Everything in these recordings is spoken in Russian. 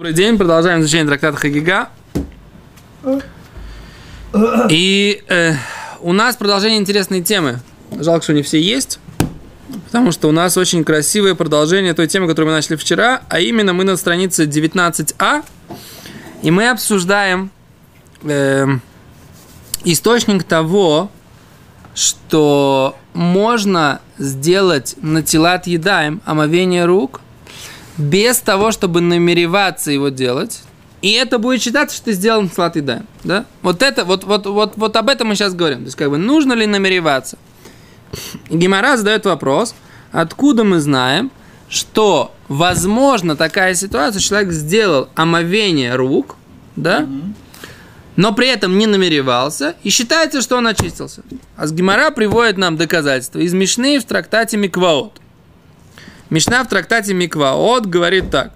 Добрый день, продолжаем изучение трактата Хагига. И у нас продолжение интересной темы. Жалко, что не все есть, потому что у нас очень красивое продолжение той темы, которую мы начали вчера, а именно мы на странице 19а, и мы обсуждаем источник того, что можно сделать натилат едаем, омовение рук, без того, чтобы намереваться его делать. И это будет считаться, что ты сделал натилат едаем. Да? Вот об этом мы сейчас говорим. То есть, нужно ли намереваться? Гемара задает вопрос, откуда мы знаем, что возможно такая ситуация, что человек сделал омовение рук, да? Но при этом не намеревался, и считается, что он очистился. А Гемара приводит нам доказательства из Мишны в трактате Микваот. Мишна в трактате Микваот говорит так,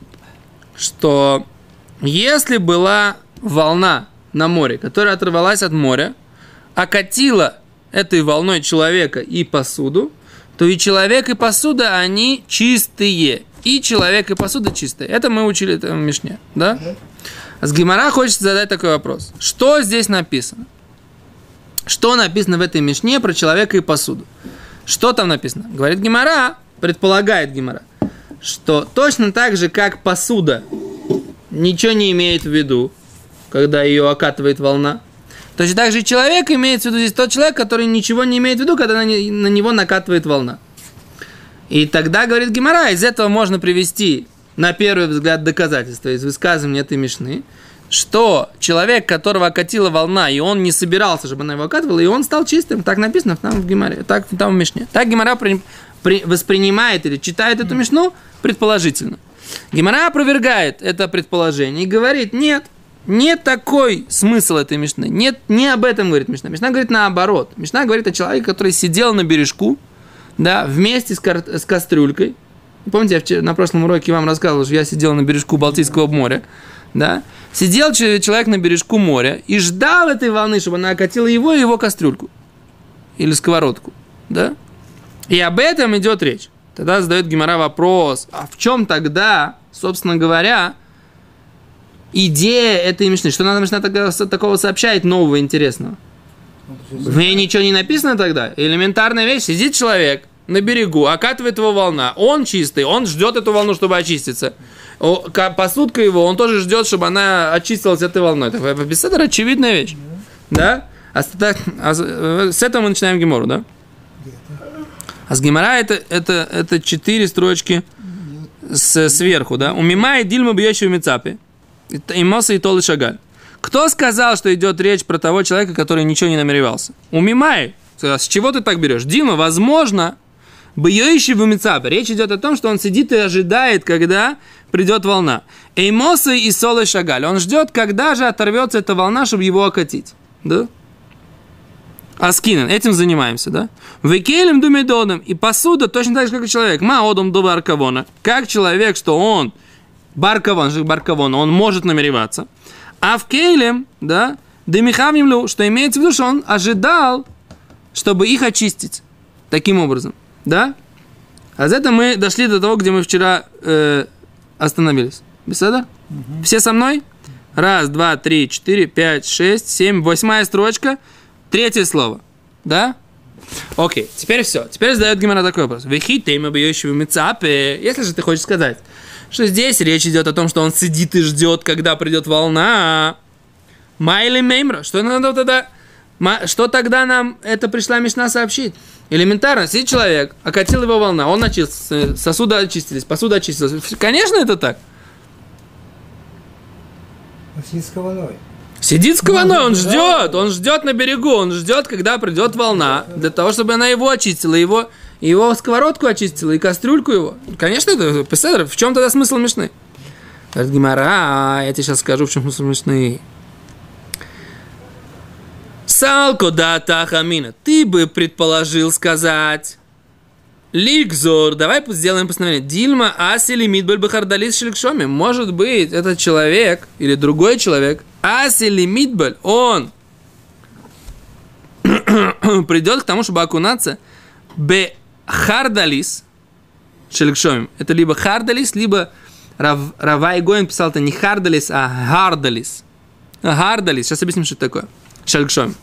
что если была волна на море, которая оторвалась от моря, окатила этой волной человека и посуду, то и человек, и посуда, они чистые. И человек, и посуда чистые. Это мы учили в Мишне, да? С Гемара хочется задать такой вопрос. Что здесь написано? Что написано в этой Мишне про человека и посуду? Что там написано? Говорит Гемара, предполагает Гемара, что точно так же, как посуда ничего не имеет в виду, когда ее окатывает волна, точно так же и человек имеется в виду здесь тот человек, который ничего не имеет в виду, когда на него накатывает волна. И тогда, говорит Гемара, из этого можно привести на первый взгляд доказательства из высказывания этой Мишны, что человек, которого окатила волна, и он не собирался, чтобы она его окатывала, и он стал чистым. Так написано там в Гемаре, так там в Мишне. Так Гемара воспринимает или читает эту Мишну предположительно. Гемара опровергает это предположение и говорит, нет такой смысл этой Мишны. Нет, не об этом говорит Мишна. Мишна говорит наоборот. Мишна говорит о человеке, который сидел на бережку, да, вместе с кастрюлькой. Помните, я на прошлом уроке вам рассказывал, что я сидел на бережку Балтийского моря, да? Сидел человек на бережку моря и ждал этой волны, чтобы она окатила его и его кастрюльку. Или сковородку, да? И об этом идет речь. Тогда задает Гемара вопрос, а в чем тогда, собственно говоря, идея этой Мишны? Что нам Мишна такого сообщает нового, интересного? В ней ничего не написано тогда? Элементарная вещь. Сидит человек на берегу, окатывает его волна, он чистый, он ждет эту волну, чтобы очиститься. Посудка его, он тоже ждет, чтобы она очистилась этой волной. Это беседа очевидная вещь. Да? С этого мы начинаем Гемору, да? А с Гемора это 4 строчки сверху, да? Умимай дильма бьющего мицапи. И моса и толы шагаль. Кто сказал, что идет речь про того человека, который ничего не намеревался? Умимай. С чего ты так берешь? Дима, возможно, бьющий в мицапи. Речь идет о том, что он сидит и ожидает, когда придет волна. Эймоса и солы шагаль. Он ждет, когда же оторвется эта волна, чтобы его окатить. Да? Аскинен, этим занимаемся, да? Векелем думедодом. И посуда точно так же, как и человек. Маодом до баркавона. Как человек, что он баркавон, он может намереваться. А в кейлем, да, демихавнемлю, что имеется в виду, что он ожидал, чтобы их очистить. Таким образом, да? А за это мы дошли до того, где мы вчера остановились. Беседа? Все со мной? 1, 2, 3, 4, 5, 6, 7, 8 строчка. 3 слово. Да? Окей, теперь все. Теперь задает Гемара такой вопрос. Если же ты хочешь сказать, что здесь речь идет о том, что он сидит и ждет, когда придет волна. Майли меймра. Что надо тогда? Что тогда нам это пришла Мишна сообщить? Элементарно, сидит человек, окатила его волна, он очистился, сосуды очистились, посуда очистилась. Конечно, это так. Сидит с кованой. Сидит с кованой, он ждет на берегу, он ждет, когда придет волна, для того, чтобы она его очистила, его сковородку очистила, и кастрюльку его. Конечно, это песседр. В чем тогда смысл Мишны? Говорит Гемара, я тебе сейчас скажу, в чем смысл Мишны. Салко да тахамина. Ты бы предположил сказать. Ликзор, давай сделаем постановление. Дильма асили мидбаль бахардалис шеликшоми. Может быть, этот человек или другой человек, асили мидбаль, он придет к тому, чтобы окунаться бе хардалис шеликшомим. Это либо хардалис, либо Равай Гоин писал это не Хардалис, а Гардалис. Гардалис. Сейчас объясним, что это такое. Шельгшом.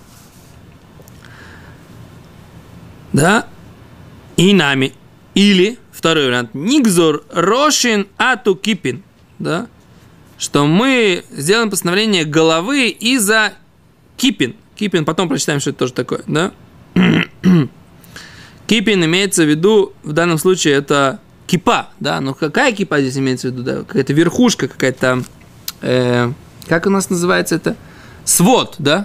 Да? И нами. Или, второй вариант, Нигзор Рошин Ату Кипин. Да? Что мы сделаем постановление головы из-за Кипин. Кипин, потом прочитаем, что это тоже такое. Да? Кипин имеется в виду, в данном случае, это кипа. Да? Но какая кипа здесь имеется в виду? Да? Какая-то верхушка, какая-то... как у нас называется это? Свод, да?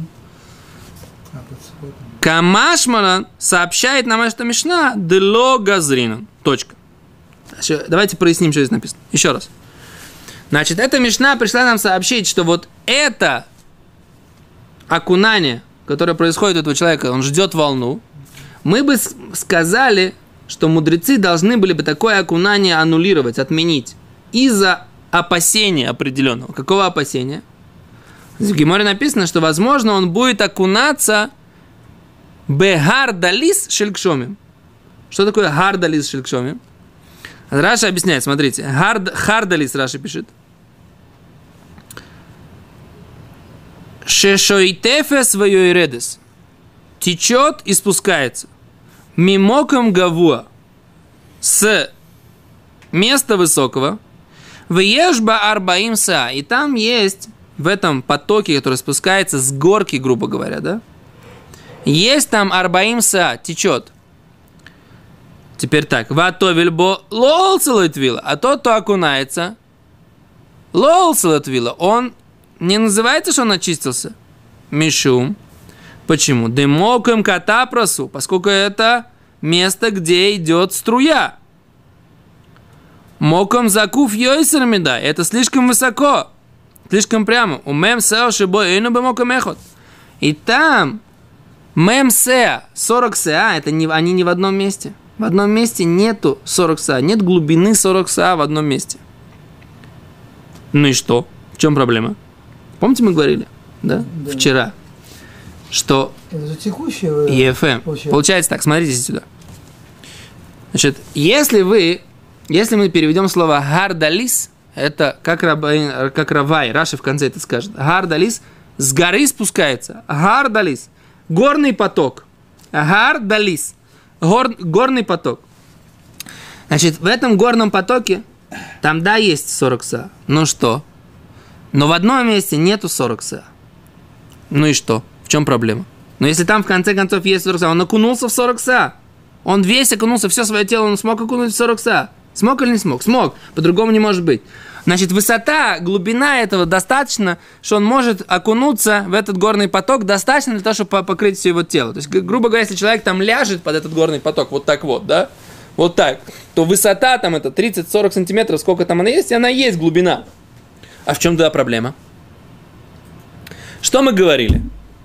Камашманан сообщает нам, что Мишна дело газринан. Точка. Давайте проясним, что здесь написано. Еще раз. Значит, эта Мишна пришла нам сообщить, что вот это окунание, которое происходит у этого человека, он ждет волну, мы бы сказали, что мудрецы должны были бы такое окунание аннулировать, отменить из-за опасения определенного. Какого опасения? В Геморе написано, что, возможно, он будет окунаться бегардалис шелькшомим. Что такое гардалис шелькшомим? Раша объясняет, смотрите. Хардалис Раша пишет. Шешоитефе свое иредес. Течет и спускается. Мимоком гавуа. С места высокого. Веешба арбаим са. И там есть, в этом потоке, который спускается с горки, грубо говоря, да? Есть там арбаим са, течет. Теперь так. Ватовельбо лол целотвила. А тот, кто окунается, лол целотвила, он не называется, что он очистился. Мишум. Почему? Демоком катапросу, поскольку это место, где идет струя. Моком закув йойсермида. Это слишком высоко. Слишком прямо. У мемсео шибо эйну бемоком эхот. И там мемсеа, 40 сеа, это не, они не в одном месте. В одном месте нету 40 сеа. Нет глубины 40 сеа в одном месте. Ну и что? В чем проблема? Помните, мы говорили? Да? Вчера. Что это же текущее ЕФМ. Получается так, смотрите сюда. Значит, если мы переведем слово гардалис, это как равай, Раши в конце это скажет. Гардалис с горы спускается. Гардалис. Горный поток. Гардалис. Горный поток. Значит, в этом горном потоке там, да, есть 40 са. Ну что? Но в одном месте нету 40 са. Ну и что? В чем проблема? Но если там в конце концов есть 40 са, он окунулся в 40 са. Он весь окунулся, все свое тело, он смог окунуть в 40 са. Смог или не смог? Смог. По-другому не может быть. Значит, высота, глубина этого достаточно, что он может окунуться в этот горный поток достаточно для того, чтобы покрыть все его тело. То есть, грубо говоря, если человек там ляжет под этот горный поток, вот так вот, да, вот так, то высота там это 30-40 сантиметров, сколько там она есть, и она есть глубина. А в чем тогда проблема? Что мы говорили?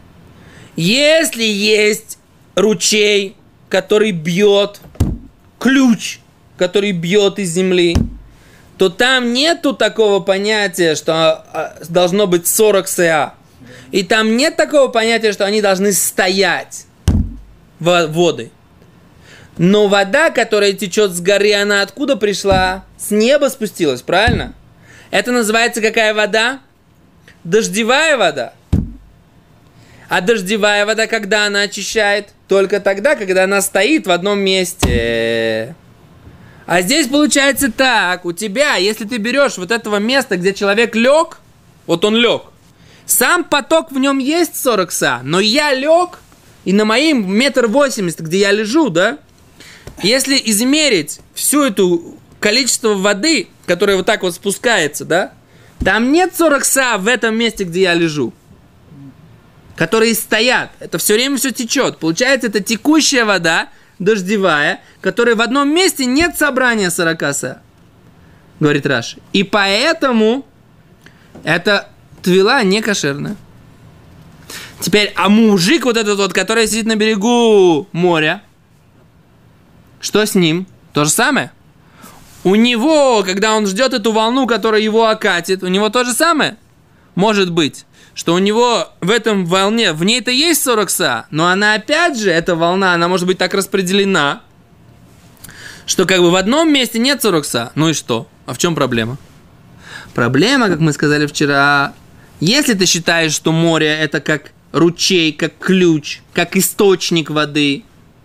Если есть ручей, который бьет, ключ, который бьет из земли, то там нету такого понятия, что должно быть 40 сеа. И там нет такого понятия, что они должны стоять, воды. Но вода, которая течет с горы, она откуда пришла? С неба спустилась, правильно? Это называется какая вода? Дождевая вода. А дождевая вода, когда она очищает? Только тогда, когда она стоит в одном месте. А здесь получается так, у тебя, если ты берешь вот этого места, где человек лег, вот он лег, сам поток в нем есть 40 са, но я лег, и на моим 1,80 м, где я лежу, да, если измерить всю эту количество воды, которая вот так вот спускается, да, там нет 40 са в этом месте, где я лежу, которые стоят, это все время все течет, получается, это текущая вода, дождевая, которой в одном месте нет собрания 40 са, говорит Раши. И поэтому эта твила не кошерная. Теперь, а мужик вот этот вот, который сидит на берегу моря, что с ним? То же самое. У него, когда он ждет эту волну, которая его окатит, у него то же самое. Может быть, что у него в этом волне, в ней-то есть 40 са, но она опять же, эта волна, она может быть так распределена, что как бы в одном месте нет 40 са. Ну и что? А в чем проблема? Проблема, как мы сказали вчера, если ты считаешь, что море это как ручей, как ключ, как источник воды,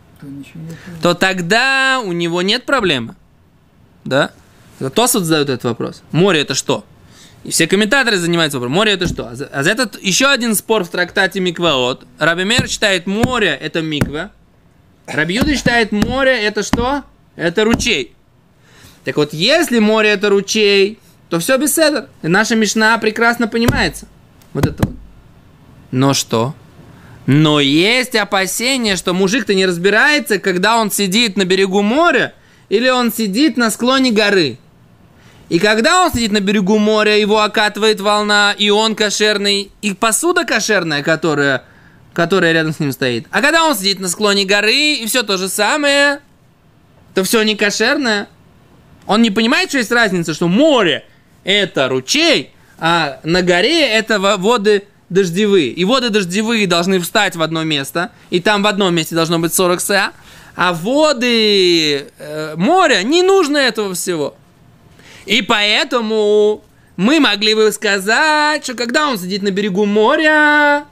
то тогда у него нет проблемы. Да? Тосфот задает этот вопрос. Море это что? И все комментаторы занимаются вопросом. Море это что? А за этот еще один спор в трактате Микваот. Раби Меир считает море это миква. Раби Юда считает море это что? Это ручей. Так вот, если море это ручей, то все беседа. И наша Мишна прекрасно понимается. Вот это вот. Но что? Но есть опасение, что мужик-то не разбирается, когда он сидит на берегу моря или он сидит на склоне горы. И когда он сидит на берегу моря, его окатывает волна, и он кошерный, и посуда кошерная, которая рядом с ним стоит. А когда он сидит на склоне горы, и все то же самое, то все не кошерное. Он не понимает, что есть разница, что море – это ручей, а на горе – это воды дождевые. И воды дождевые должны встать в одно место, и там в одном месте должно быть 40 са, а воды моря не нужно этого всего. И поэтому мы могли бы сказать, что когда он сидит на берегу моря,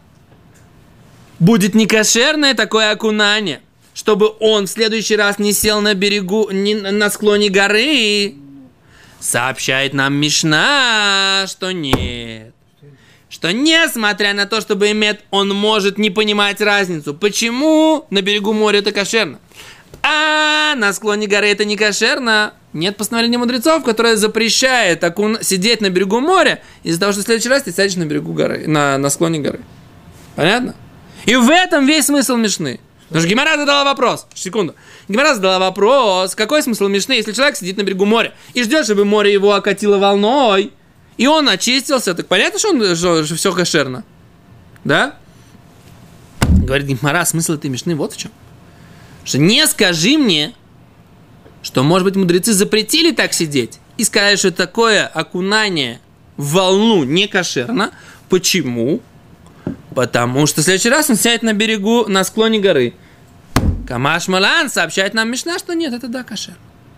будет некошерное такое окунание, чтобы он в следующий раз не сел на берегу, не на склоне горы. Сообщает нам Мишна, что нет. Что несмотря на то, что бемет, он может не понимать разницу. Почему на берегу моря это кошерно, а на склоне горы это не кошерно? Нет постановления мудрецов, которое запрещает сидеть на берегу моря из-за того, что в следующий раз ты сядешь на берегу горы, на склоне горы. Понятно? И в этом весь смысл Мишны. Потому что Гемара задала вопрос. Секунду. Гемара задала вопрос, какой смысл Мишны, если человек сидит на берегу моря и ждет, чтобы море его окатило волной, и он очистился, так понятно, что все кошерно? Да? Говорит Гемара, смысл этой Мишны вот в чем. Что не скажи мне, что, может быть, мудрецы запретили так сидеть и сказали, что такое окунание в волну не кошерно. Почему? Потому что в следующий раз он сядет на берегу, на склоне горы. Камаш Малан сообщает нам Мишна, что нет, это да, кошерно.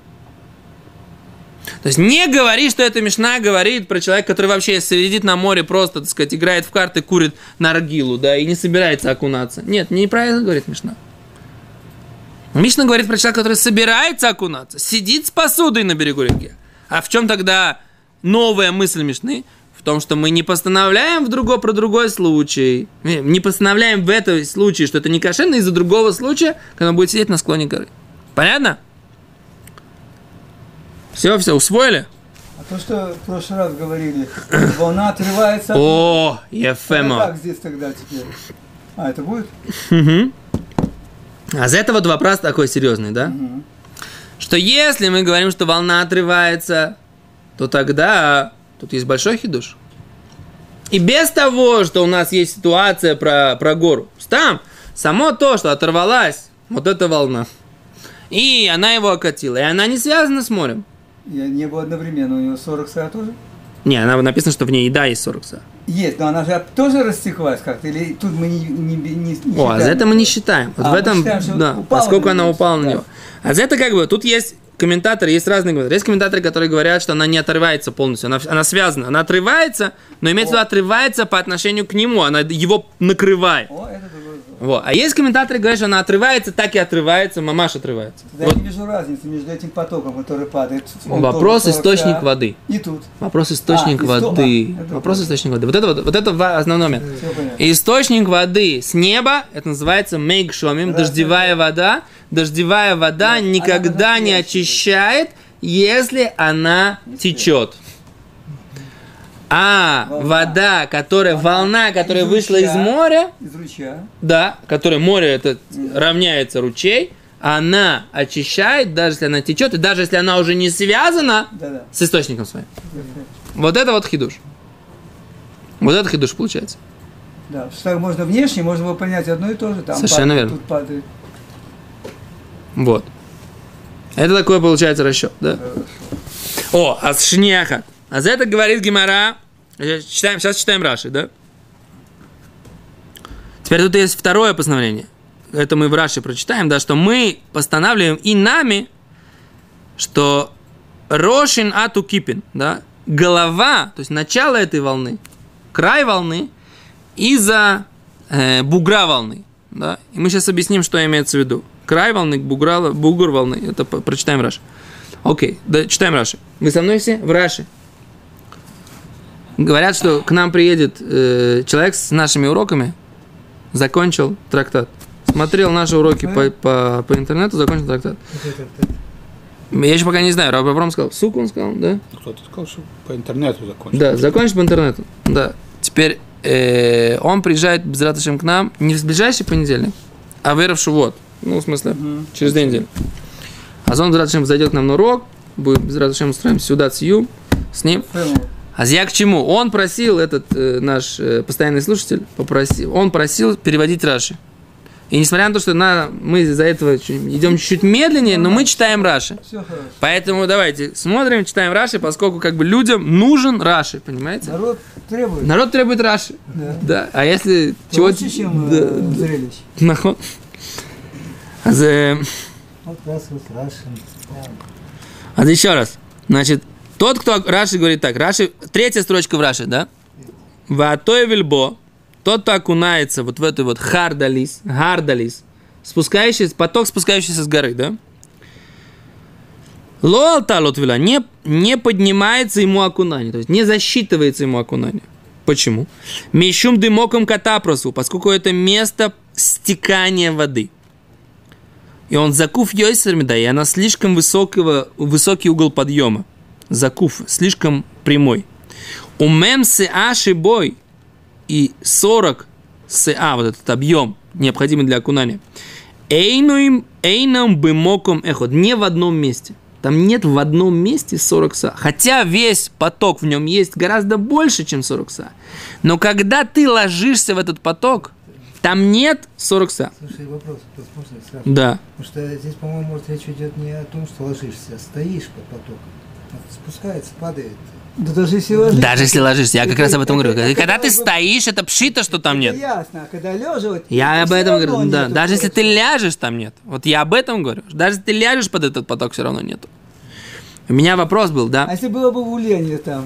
То есть не говори, что эта Мишна говорит про человека, который вообще сидит на море, просто, так сказать, играет в карты, курит наргилу, да, и не собирается окунаться. Нет, неправильно говорит Мишна. Мишна говорит про человека, который собирается окунаться, сидит с посудой на берегу реки. А в чем тогда новая мысль Мишны? В том, что мы не постановляем про другой случай. Не постановляем в этом случае, что это не кошерно, из-за другого случая, когда он будет сидеть на склоне горы. Понятно? Все, усвоили? А то, что в прошлый раз говорили, волна отрывается... О, ефемо. Как здесь тогда теперь? А, это будет? А за это вот вопрос такой серьезный, да? Что если мы говорим, что волна отрывается, то тогда тут есть большой хидуш. И без того, что у нас есть ситуация про гору, там само то, что оторвалась вот эта волна, и она его окатила, и она не связана с морем. Не было одновременно, у него 40 са тоже? Не, она написано, что в ней еда есть 40 са. Есть, но она же тоже растеклась как-то, или тут мы не О, а за это мы не считаем. Вот в этом, считаем, да, поскольку она упала на него. А за это как бы, тут есть комментаторы, есть разные комментаторы. Есть комментаторы, которые говорят, что она не отрывается полностью, она связана, она отрывается, но имеется в виду отрывается по отношению к нему, она его накрывает. О, это другое. Вот. А есть комментаторы, говорят, что она отрывается, так и отрывается, мамаш отрывается. Да, вот. я не вижу разницы между этим потоком, который падает. Вопрос источник воды. И тут. Вопрос источник воды. Вопрос источник воды. Вот это основной момент. Источник воды с неба, это называется мейгшомим, дождевая вода. Дождевая вода никогда не очищает, если она течет. А вода, волна, которая вышла из моря, из ручья, да, которая море это равняется ручей, она очищает, даже если она течет, и даже если она уже не связана с источником своим. Вот это вот хидуш. Вот это хидуш получается. Да, что так можно внешне, можно было понять одно и то же. Там совершенно падает, верно. Тут падает. Вот. Это такой получается расчет, да? О, а с шняха. А за это говорит Гемара. Сейчас читаем Раши, да? Теперь тут есть второе постановление. Это мы в Раши прочитаем, да, что мы постанавливаем и нами что рошин ату кипин, да, голова, то есть начало этой волны, край волны из-за бугра волны, да. И мы сейчас объясним, что имеется в виду. Край волны, бугор волны. Это прочитаем Раши. Окей, да, читаем Раши. Вы со мной все? В Раши. Говорят, что к нам приедет человек с нашими уроками, закончил трактат. Смотрел наши уроки по интернету, закончил трактат. Я еще пока не знаю, Рав Авраам сказал, суку он сказал, да? Кто-то сказал, что по интернету закончил. Да, закончил по интернету, да. Теперь он приезжает Безрат Ашем к нам не в ближайший понедельник, а в Эрев Шивот. Ну, в смысле, через 2 недели. А он Безрат Ашем зайдет к нам на урок, будет Безрат Ашем устроим сюда сию с ним. А я к чему? Он просил, этот наш постоянный слушатель, он просил переводить Раши. И несмотря на то, что мы из-за этого идем чуть-чуть медленнее, но мы читаем Раши. Поэтому давайте смотрим, читаем Раши, поскольку как бы людям нужен Раши, понимаете? Народ требует. Народ требует Раши. Да. А если лучше, чем зрелище. Наход. А еще раз. Значит, тот, кто Раши говорит так, Раши, 3-я строчка в Раши, да? Ваатоя вильбо. Тот, кто окунается вот в эту вот хардалис, поток, спускающийся с горы, да? Лоалта лотвила, не поднимается ему окунание, то есть не засчитывается ему окунание. Почему? Мещум дымоком катапросу, поскольку это место стекания воды. И он закув йойсерми, да, и она слишком высокий угол подъема. Закув, слишком прямой. Умем сеаши бой. И 40 СА, вот этот объем, необходимый для окунания, эйном бымоком эхот, не в одном месте. Там нет в одном месте 40 СА. Хотя весь поток в нем есть гораздо больше, чем 40 СА. Но когда ты ложишься в этот поток, там нет 40 СА. Слушай, вопрос можно сразу? Да. Потому что здесь, по-моему, может, речь идет не о том, что ложишься, а стоишь под потоком. Спускается, падает. Да даже если ложишься. Даже если ложишься, я как раз об этом говорю. Когда ты стоишь, это пшито, что там нет. Ясно, а когда лежа, я об этом говорю, да. Даже если ты ляжешь, там нет. Вот я об этом говорю. Даже если ты ляжешь под этот поток, все равно нету. У меня вопрос был, да? А если было бы гуляние там?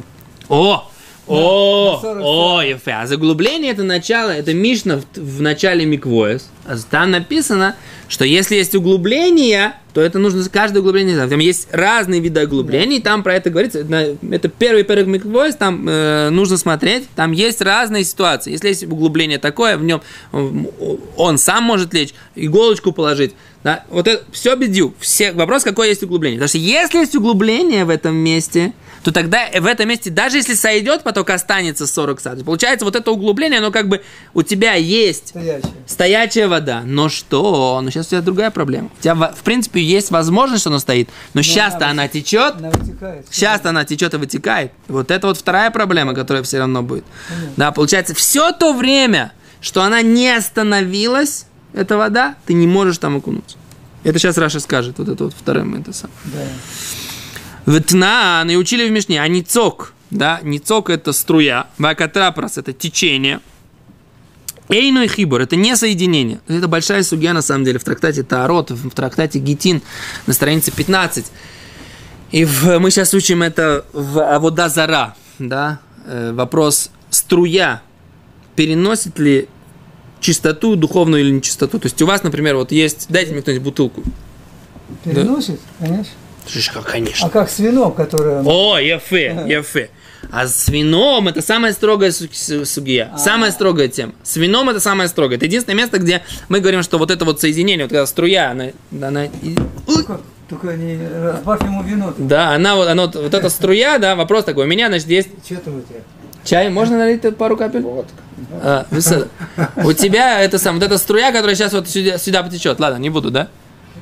Ефе. А заглубление это начало, это Мишна в начале Миквоэс. Там написано, что если есть углубление, то это нужно каждое углубление. Там есть разные виды углублений, там про это говорится. Это первый Миквоэс, там нужно смотреть. Там есть разные ситуации. Если есть углубление такое, в нем он сам может лечь, иголочку положить. Да? Вот это все бедю. Вопрос, какое есть углубление. Потому что если есть углубление в этом месте, то тогда в этом месте, даже если сойдет поток, останется 40 СА. Получается, вот это углубление, оно как бы у тебя есть стоячая вода. Но что? Но сейчас у тебя другая проблема. У тебя, в принципе, есть возможность, что оно стоит, но сейчас-то она течет. Сейчас-то она течет и вытекает. Вот это вот вторая проблема, которая все равно будет. Да, получается, все то время, что она не остановилась, эта вода, ты не можешь там окунуться. Это сейчас Раша скажет. Вот это вот вторым это самое. Да. Ветнан, и учили в Мишне, а ницок, да, ницок это струя, вакатрапрас это течение, эйну и хибор это не соединение. Это большая сугья на самом деле в трактате Таарот, в трактате Гитин на странице 15. И мы сейчас учим это в Авода Зара, да, вопрос струя переносит ли чистоту духовную или нечистоту. То есть у вас, например, вот есть, дайте мне кто-нибудь бутылку. Переносит, да? Конечно. Конечно. А как с вином, которое... Ефе. А с вином это самая строгая сугия. Самая строгая тема. С вином это самая строгая. Это единственное место, где мы говорим, что вот это вот соединение, вот эта струя, она... Только не разбавь ему вино. Да, вот эта струя, да, вопрос такой. У меня, значит, есть... Что там у тебя? Чай? Можно налить пару капель? Водка. У тебя вот эта струя, которая сейчас вот сюда потечет. Ладно, не буду, да?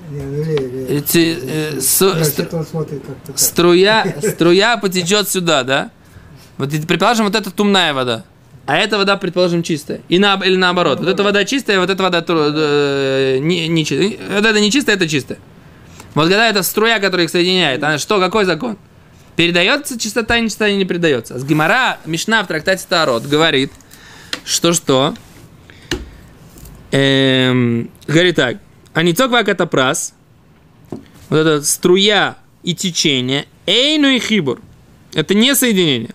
Струя потечет сюда, да? Вот предположим, вот это тумная вода, а эта вода, предположим, чистая. Или наоборот. Вот эта вода чистая, вот эта вода не чистая. Вот это не чистая, это чистая. Вот когда эта струя, которая их соединяет, она что, какой закон? Передается чистота, нечистота не передается. С Гемара, Мишна в трактате Таарот говорит, что говорит так. Аницок вакатапрас, вот эта струя и течение, эйну и хибур. Это не соединение.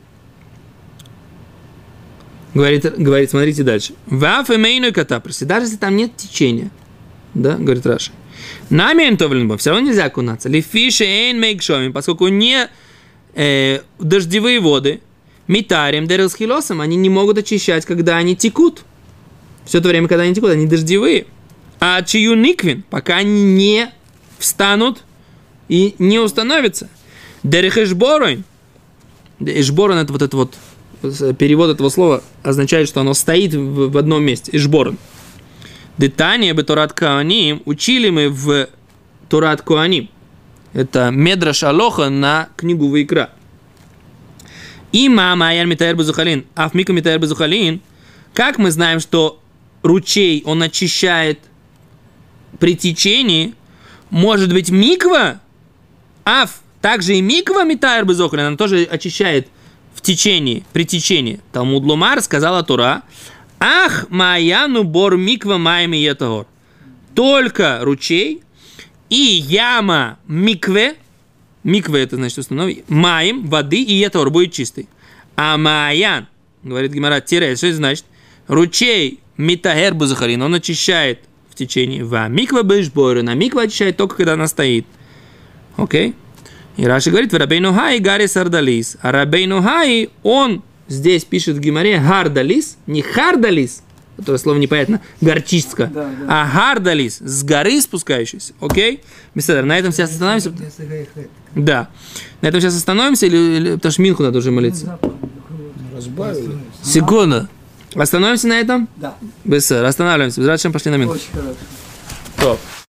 Говорит, смотрите дальше. Ваф и мейну и катапроси. Даже если там нет течения. Да, говорит Раши. Намень товленбо. Все равно нельзя окунаться. Лифиши эйн мейкшовим. Поскольку не дождевые воды, митарем дерелсхилосом, они не могут очищать, когда они текут. Все то время, когда они текут, они дождевые. А чию никвин, пока они не встанут и не установятся. Дерехешборойн. Ишборон — это вот это вот, перевод этого слова означает, что оно стоит в одном месте. Ишборон. Детание бы Торат Коаним учили мы в Торат Коаним. Это Медраш Алоха на книгу Ваикра. И мама Аян Митаэр Безухалин, а в Мика Митаэр Безухалин, как мы знаем, что ручей, он очищает при течении, может быть миква, также и миква Митаэр Безухалин, она тоже очищает в течении, при течении. Талмуд Ломар сказала Тора, ах, маяну бор миква майми етагор. Только ручей и яма микве, микве это значит установи, маем, воды и етагор будет чистый. А маян, говорит Гемара, тире, что это значит? Ручей митаэр бузахарин, он очищает в течение. Ва миква бешбойрен, а миква очищает только когда она стоит. Окей? И Раши говорит, Рабейну Хай гари сардалис. А Рабейну Хай, он здесь пишет в Гемаре гардалис, не хардалис, это слово непонятно, горчичка, а гардалис, с горы спускающийся. Окей? Беседа, на этом сейчас остановимся. Да. На этом сейчас остановимся, или потому что Минху надо уже молиться. Разбавили. Секунду. Остановимся на этом? Да. Беседа, останавливаемся. Зачем пошли на Минху? Очень хорошо. Топ.